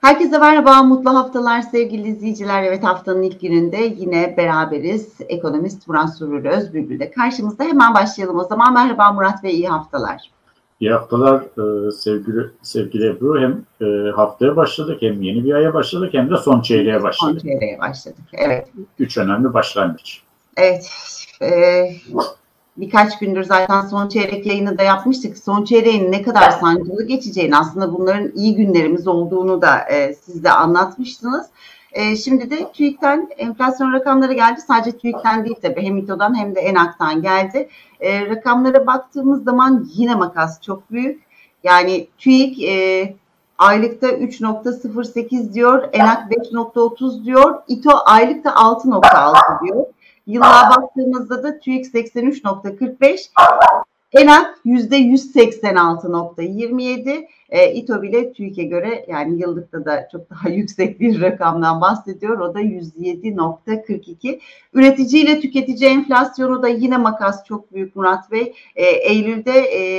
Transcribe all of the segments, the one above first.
Herkese merhaba, mutlu haftalar sevgili izleyiciler. Evet, haftanın ilk gününde yine beraberiz. Ekonomist Murat Surur Özbülbül de karşımızda. Hemen başlayalım o zaman. Merhaba Murat ve iyi haftalar. İyi haftalar sevgili Ebru. Hem haftaya başladık, hem yeni bir aya başladık, hem de son çeyreğe başladık. Son çeyreğe başladık, evet. 3 önemli başlangıç. Evet, birkaç gündür zaten son çeyrek yayını da yapmıştık. Son çeyreğin ne kadar sancılı geçeceğini, aslında bunların iyi günlerimiz olduğunu da siz de anlatmıştınız. Şimdi de TÜİK'ten enflasyon rakamları geldi. Sadece TÜİK'ten değil tabii, hem İTO'dan hem de ENAK'tan geldi. Rakamlara baktığımız zaman yine makas çok büyük. Yani TÜİK aylıkta 3.08 diyor, ENAK 5.30 diyor, İTO aylıkta 6.6 diyor. Yıllığa baktığımızda da TÜİK 83.45, ENAK %186.27, İTO bile TÜİK'e göre yani yıllıkta da çok daha yüksek bir rakamdan bahsediyor. O da 107.42. Üretici ile tüketici enflasyonu da yine makas çok büyük Murat Bey. Eylül'de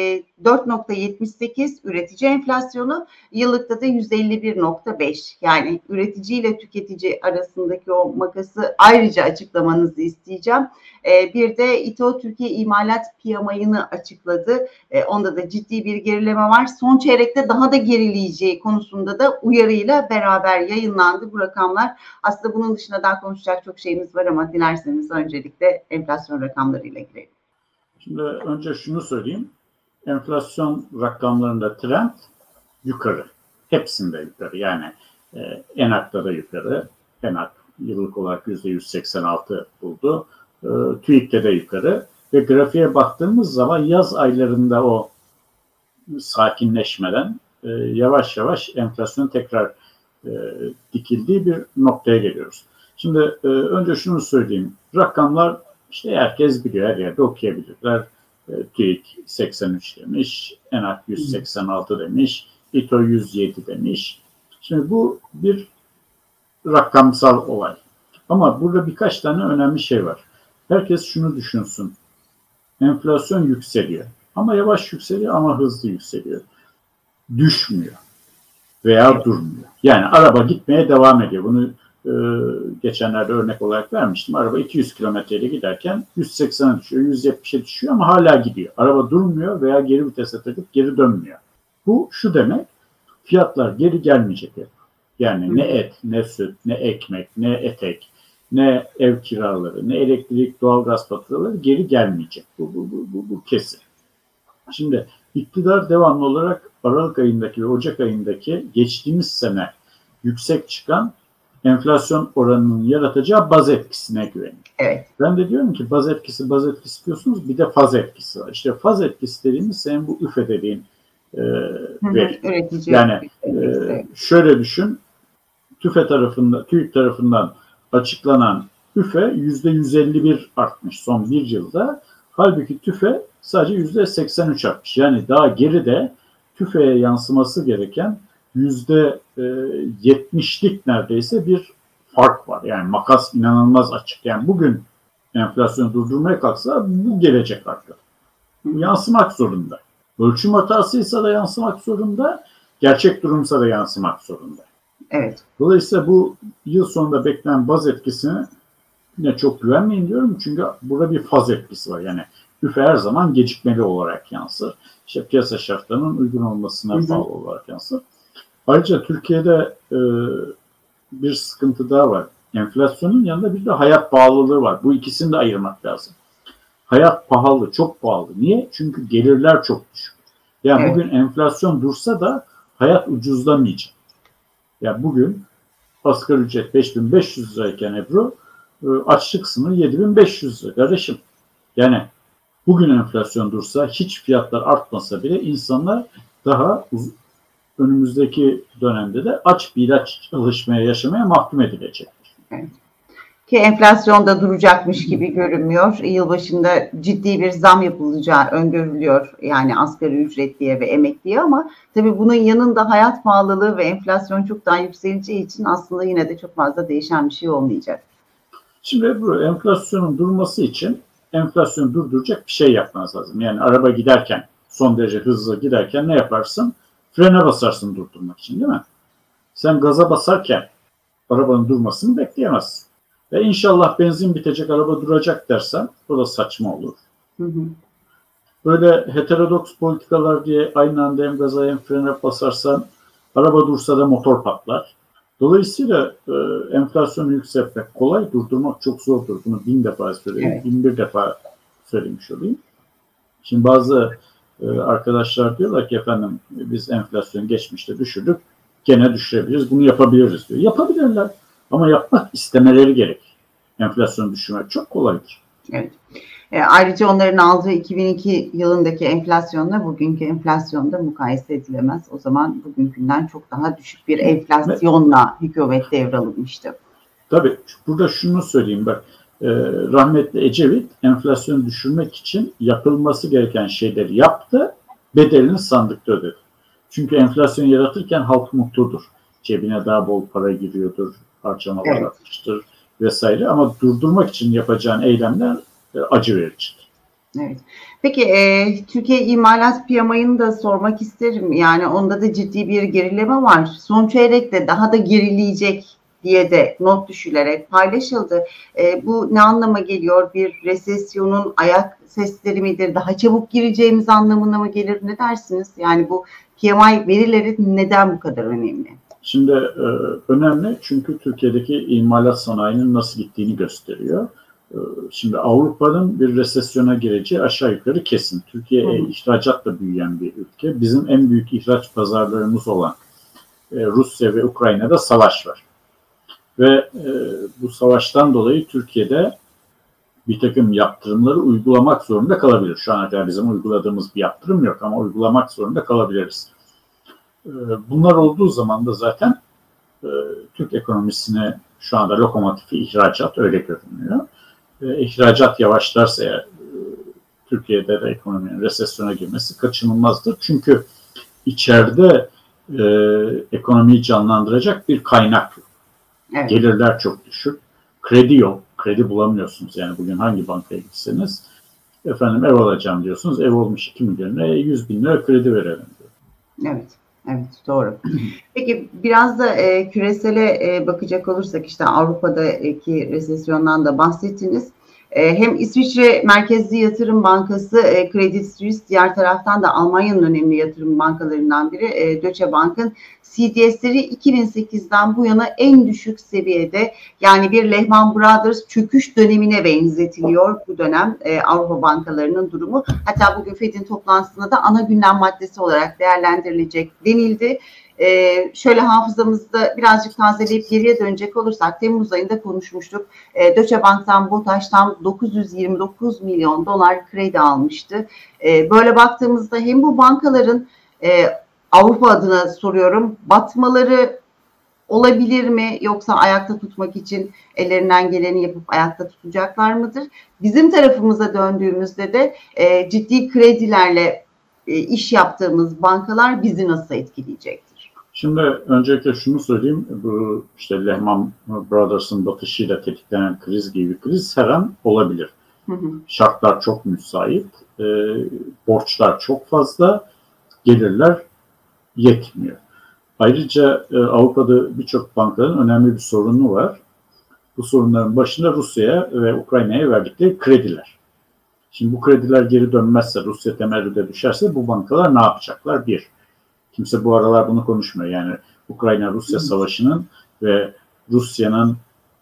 4.78 üretici enflasyonu, yıllıkta da 151.5. Yani üretici ile tüketici arasındaki o makası ayrıca açıklamanızı isteyeceğim. Bir de İTO Türkiye İmalat PMI'ını açıkladı. Onda da ciddi bir gerileme var. Son çeyrekte daha da gerileyeceği konusunda da uyarıyla beraber yayınlandı bu rakamlar. Aslında bunun dışında daha konuşacak çok şeyimiz var ama dilerseniz öncelikle enflasyon rakamlarıyla girelim. Şimdi önce şunu söyleyeyim. Enflasyon rakamlarında trend yukarı. Hepsinde yukarı. Yani ENAK'ta da yukarı. ENAK yıllık olarak %186 buldu. TÜİK'te de yukarı. Ve grafiğe baktığımız zaman yaz aylarında o sakinleşmeden yavaş yavaş enflasyon tekrar dikildiği bir noktaya geliyoruz. Şimdi önce şunu söyleyeyim. Rakamlar işte herkes biliyor, her yerde okuyabilirler. TÜİK 83 demiş, ENAK 186 demiş, İTO 107 demiş. Şimdi bu bir rakamsal olay. Ama burada birkaç tane önemli şey var. Herkes şunu düşünsün. Enflasyon yükseliyor. Ama yavaş yükseliyor, ama hızlı yükseliyor. Düşmüyor veya durmuyor. Yani araba gitmeye devam ediyor. Bunu geçenlerde örnek olarak vermiştim. Araba 200 kilometreyle giderken 180'e düşüyor, 170'e düşüyor ama hala gidiyor. Araba durmuyor veya geri vitese takıp geri dönmüyor. Bu şu demek, fiyatlar geri gelmeyecek. Yani ne et, ne süt, ne ekmek, ne etek, ne ev kiraları, ne elektrik, doğalgaz faturaları geri gelmeyecek. Bu kesin. Şimdi iktidar devamlı olarak Aralık ayındaki ve Ocak ayındaki geçtiğimiz sene yüksek çıkan enflasyon oranının yaratacağı baz etkisine güveniyor. Evet. Ben de diyorum ki baz etkisi diyorsunuz, bir de faz etkisi var. İşte faz etkisi dediğimiz senin bu üfe dediğin veri. Yani şöyle düşün, TÜİK tarafından açıklanan üfe %151 artmış son bir yılda. Halbuki tüfe sadece %83 artmış. Yani daha geride tüfeğe yansıması gereken %70'lik neredeyse bir fark var. Yani makas inanılmaz açık. Yani bugün enflasyonu durdurmaya kalksa bu gelecek artık. Bu yansımak zorunda. Ölçüm hatasıysa da yansımak zorunda. Gerçek durumsa da yansımak zorunda. Evet. Dolayısıyla bu yıl sonunda beklenen baz etkisine yine çok güvenmeyin diyorum. Çünkü burada bir faz etkisi var. Yani üfe her zaman gecikmeli olarak yansır. İşte piyasa şartlarının uygun olmasına bağlı olarak yansır. Ayrıca Türkiye'de bir sıkıntı daha var. Enflasyonun yanında bir de hayat pahalılığı var. Bu ikisini de ayırmak lazım. Hayat pahalı, çok pahalı. Niye? Çünkü gelirler çok düşük. Yani bugün enflasyon dursa da hayat ucuzlamayacak. Yani bugün asgari ücret 5.500 lirayken Ebru, açlık sınırı 7.500 lira kardeşim. Yani bugün enflasyon dursa, hiç fiyatlar artmasa bile insanlar daha önümüzdeki dönemde de aç bir ilaç çalışmaya, yaşamaya mahkum edilecektir. Evet. Ki enflasyon da duracakmış gibi görünmüyor. Yılbaşında ciddi bir zam yapılacağı öngörülüyor. Yani asgari ücretliye ve emekliye, ama tabii bunun yanında hayat pahalılığı ve enflasyon çok daha yükseleceği için aslında yine de çok fazla değişen bir şey olmayacak. Şimdi bu enflasyonun durması için enflasyonu durduracak bir şey yapmanız lazım. Yani araba giderken, son derece hızlı giderken ne yaparsın? Frene basarsın durdurmak için, değil mi? Sen gaza basarken arabanın durmasını bekleyemezsin. Ve inşallah benzin bitecek, araba duracak dersen o da saçma olur. Hı hı. Böyle heterodoks politikalar diye aynı anda hem gaza hem frene basarsan araba dursa da motor patlar. Dolayısıyla enflasyonu yükseltmek kolay, durdurmak çok zordur. Bunu 1000 defa söyleyeyim, evet. 1001 defa söylemiş olayım. Şimdi bazı arkadaşlar diyorlar ki efendim biz enflasyonu geçmişte düşürdük, gene düşürebiliriz, bunu yapabiliriz diyor. Yapabilirler ama yapmak istemeleri gerek. Enflasyonu düşürmek çok kolaydır. Evet. Ayrıca onların aldığı 2002 yılındaki enflasyonla bugünkü enflasyonda mukayese edilemez. O zaman bugünkünden çok daha düşük bir enflasyonla hükümet devralınmıştı. Tabii burada şunu söyleyeyim bak. Rahmetli Ecevit enflasyonu düşürmek için yapılması gereken şeyleri yaptı, bedelini sandıkta ödedi. Çünkü enflasyonu yaratırken halk mutludur. Cebine daha bol para giriyordur, harcamalar artmıştır vesaire. Ama durdurmak için yapacağın eylemler acı vericidir. Evet. Peki Türkiye imalat piyamayını da sormak isterim. Yani onda da ciddi bir gerileme var. Son çeyrekte daha da gerileyecek diye de not düşülerek paylaşıldı. Bu ne anlama geliyor? Bir resesyonun ayak sesleri midir? Daha çabuk gireceğimiz anlamına mı gelir? Ne dersiniz? Yani bu PMI verileri neden bu kadar önemli? Şimdi önemli çünkü Türkiye'deki imalat sanayinin nasıl gittiğini gösteriyor. Şimdi Avrupa'nın bir resesyona gireceği aşağı yukarı kesin. Türkiye ihracatla büyüyen bir ülke. Bizim en büyük ihraç pazarlarımız olan Rusya ve Ukrayna'da savaş var. Ve bu savaştan dolayı Türkiye'de bir takım yaptırımları uygulamak zorunda kalabilir. Şu ana kadar bizim uyguladığımız bir yaptırım yok ama uygulamak zorunda kalabiliriz. Bunlar olduğu zaman da zaten Türk ekonomisine şu anda lokomotifi ihracat öyle görünüyor. İhracat yavaşlarsa eğer Türkiye'de de ekonominin resesyona girmesi kaçınılmazdır. Çünkü içeride ekonomiyi canlandıracak bir kaynak yok. Evet. Gelirler çok düşük. Kredi yok. Kredi bulamıyorsunuz. Yani bugün hangi bankaya gitseniz efendim ev alacağım diyorsunuz. Ev olmuş 2 milyon lira, 100 bin lira kredi verelim diyor. Evet. Evet, doğru. Peki biraz da küresele bakacak olursak işte Avrupa'daki resesyondan da bahsettiniz. Hem İsviçre Merkezli Yatırım Bankası Credit Suisse, diğer taraftan da Almanya'nın önemli yatırım bankalarından biri Deutsche Bank'ın CDS'leri 2008'den bu yana en düşük seviyede, yani bir Lehman Brothers çöküş dönemine benzetiliyor bu dönem Avrupa bankalarının durumu. Hatta bugün Fed'in toplantısında da ana gündem maddesi olarak değerlendirilecek denildi. Şöyle hafızamızda birazcık tazeleyip geriye dönecek olursak Temmuz ayında konuşmuştuk. Deutsche Bank'tan BOTAŞ'tan 929 milyon dolar kredi almıştı. Böyle baktığımızda hem bu bankaların Avrupa adına soruyorum, batmaları olabilir mi, yoksa ayakta tutmak için ellerinden geleni yapıp ayakta tutacaklar mıdır? Bizim tarafımıza döndüğümüzde de ciddi kredilerle iş yaptığımız bankalar bizi nasıl etkileyecektir? Şimdi öncelikle şunu söyleyeyim, bu işte Lehman Brothers'ın batışıyla tetiklenen kriz gibi bir kriz her an olabilir. Şartlar çok müsait, borçlar çok fazla, gelirler yetmiyor. Ayrıca Avrupa'da birçok bankanın önemli bir sorunu var. Bu sorunların başında Rusya'ya ve Ukrayna'ya verdikleri krediler. Şimdi bu krediler geri dönmezse, Rusya temerrüde düşerse bu bankalar ne yapacaklar? Bir, kimse bu aralar bunu konuşmuyor. Yani Ukrayna-Rusya savaşının ve Rusya'nın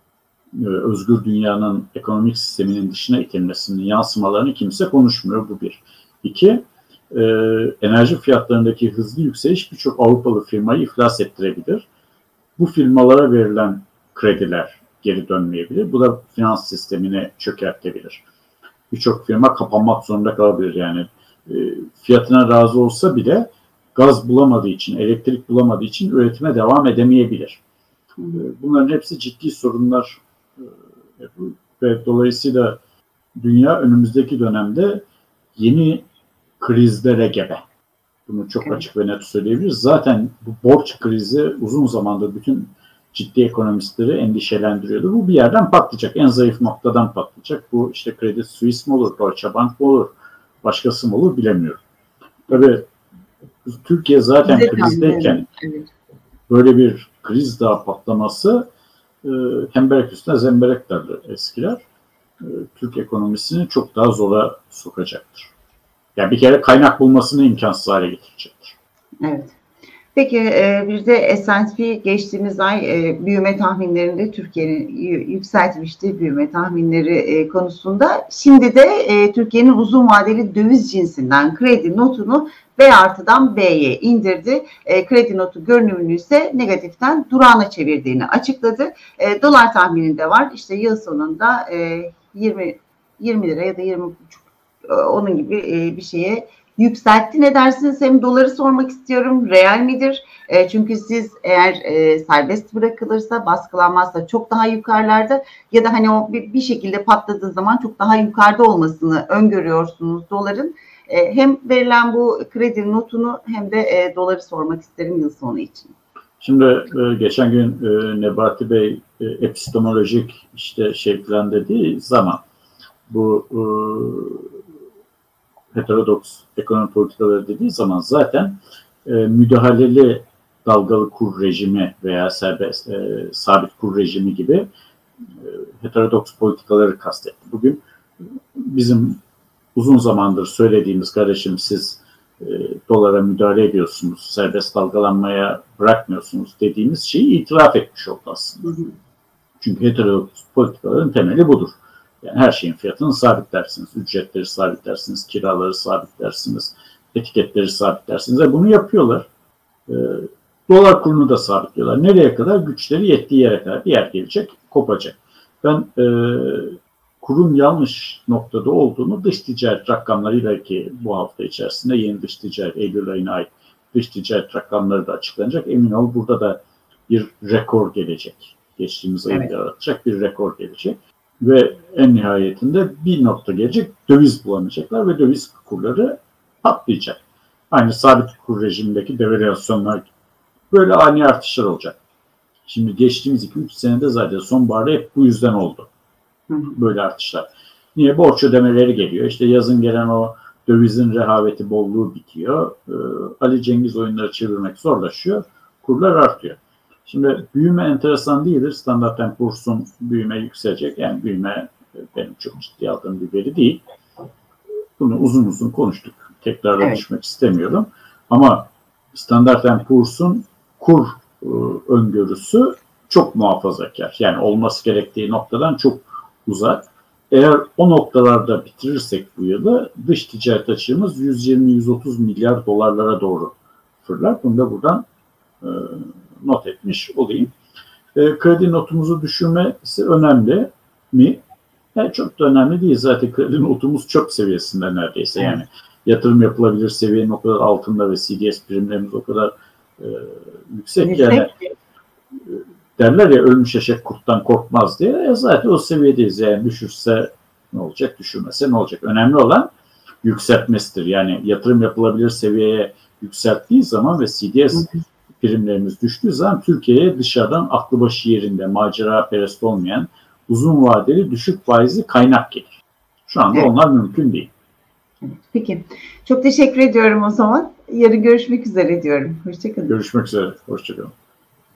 özgür dünyanın ekonomik sisteminin dışına itilmesinin yansımalarını kimse konuşmuyor. Bu bir. İki, enerji fiyatlarındaki hızlı yükseliş birçok Avrupalı firmayı iflas ettirebilir. Bu firmalara verilen krediler geri dönmeyebilir. Bu da finans sistemini çökertebilir. Birçok firma kapanmak zorunda kalabilir. Yani fiyatına razı olsa bile gaz bulamadığı için, elektrik bulamadığı için üretime devam edemeyebilir. Bunların hepsi ciddi sorunlar ve dolayısıyla dünya önümüzdeki dönemde yeni krizlere gebe. Bunu çok açık ve net söyleyebiliriz. Zaten bu borç krizi uzun zamandır bütün ciddi ekonomistleri endişelendiriyordu. Bu bir yerden patlayacak. En zayıf noktadan patlayacak. Bu işte Credit Suisse mi olur, Deutsche Bank mı olur, başkası mı olur bilemiyorum. Tabii Türkiye zaten krizdeyken böyle bir kriz dağı patlaması hemberek üstüne zemberek derler eskiler. Türk ekonomisini çok daha zora sokacaktır. Yani bir kere kaynak bulmasını imkansız hale getirecektir. Evet. Peki bir de S&P geçtiğimiz ay büyüme tahminlerinde Türkiye'nin yükseltmişti büyüme tahminleri konusunda. Şimdi de Türkiye'nin uzun vadeli döviz cinsinden kredi notunu B artıdan B'ye indirdi. Kredi notu görünümünü ise negatiften durağına çevirdiğini açıkladı. Dolar tahmini de var. İşte yıl sonunda 20 lira ya da 20,5 onun gibi bir şeye yükseltti. Ne dersiniz? Hem doları sormak istiyorum. Reel midir? Çünkü siz eğer serbest bırakılırsa, baskılanmazsa çok daha yukarılarda ya da hani o bir şekilde patladığı zaman çok daha yukarıda olmasını öngörüyorsunuz doların. Hem verilen bu kredi notunu hem de doları sormak isterim yıl sonu için. Şimdi geçen gün Nebati Bey epistemolojik falan dediği zaman bu heterodoks ekonomi politikaları dediği zaman zaten müdahaleli dalgalı kur rejimi veya serbest sabit kur rejimi gibi heterodoks politikaları kastetti. Bugün bizim uzun zamandır söylediğimiz kardeşim siz dolara müdahale ediyorsunuz, serbest dalgalanmaya bırakmıyorsunuz dediğimiz şeyi itiraf etmiş oldu aslında. Çünkü heterodoks politikaların temeli budur. Yani her şeyin fiyatını sabitlersiniz, ücretleri sabitlersiniz, kiraları sabitlersiniz, etiketleri sabitlersiniz ve bunu yapıyorlar. Dolar kurunu da sabitliyorlar. Nereye kadar? Güçleri yettiği yere kadar. Bir yer gelecek, kopacak. Ben kurun yanlış noktada olduğunu dış ticaret rakamlarıyla ki bu hafta içerisinde yeni dış ticaret, Eylül ayına ait dış ticaret rakamları da açıklanacak. Emin ol burada da bir rekor gelecek. Geçtiğimiz ayı yaratacak bir rekor gelecek. Ve en nihayetinde bir nokta gelecek, döviz bulamayacaklar ve döviz kurları patlayacak. Aynı sabit kur rejimindeki devalüasyonlar gibi. Böyle ani artışlar olacak. Şimdi geçtiğimiz 2-3 senede zaten sonbaharda hep bu yüzden oldu. Böyle artışlar. Niye? Borç ödemeleri geliyor. İşte yazın gelen o dövizin rehaveti, bolluğu bitiyor. Ali Cengiz oyunları çevirmek zorlaşıyor. Kurlar artıyor. Şimdi büyüme enteresan değildir. Standart & Poor's'un büyüme yükselecek. Yani büyüme benim çok ciddi aldığım bir veri değil. Bunu uzun uzun konuştuk. Tekrardan düşmek istemiyorum. Ama Standart & Poor's'un kur öngörüsü çok muhafazakar. Yani olması gerektiği noktadan çok uzak. Eğer o noktalarda bitirirsek bu yılı dış ticaret açığımız 120-130 milyar dolarlara doğru fırlar. Bunu da buradan not etmiş olayım. Kredi notumuzu düşürmesi önemli mi? Yani çok da önemli değil. Zaten kredi notumuz çöp seviyesinde neredeyse. Yani yatırım yapılabilir seviyenin o kadar altında ve CDS primlerimiz o kadar yüksek. Yani derler ya ölmüş eşek kurttan korkmaz diye. Zaten o seviyedeyiz. Yani düşürse ne olacak, düşürmese ne olacak? Önemli olan yükseltmesidir. Yani yatırım yapılabilir seviyeye yükselttiği zaman ve CDS primlerimiz düştüğü zaman Türkiye'ye dışarıdan aklı başı yerinde, macera perest olmayan, uzun vadeli düşük faizli kaynak gelir. Şu anda onlar mümkün değil. Peki. Çok teşekkür ediyorum o zaman. Yarın görüşmek üzere diyorum. Hoşçakalın. Görüşmek üzere. Hoşçakalın.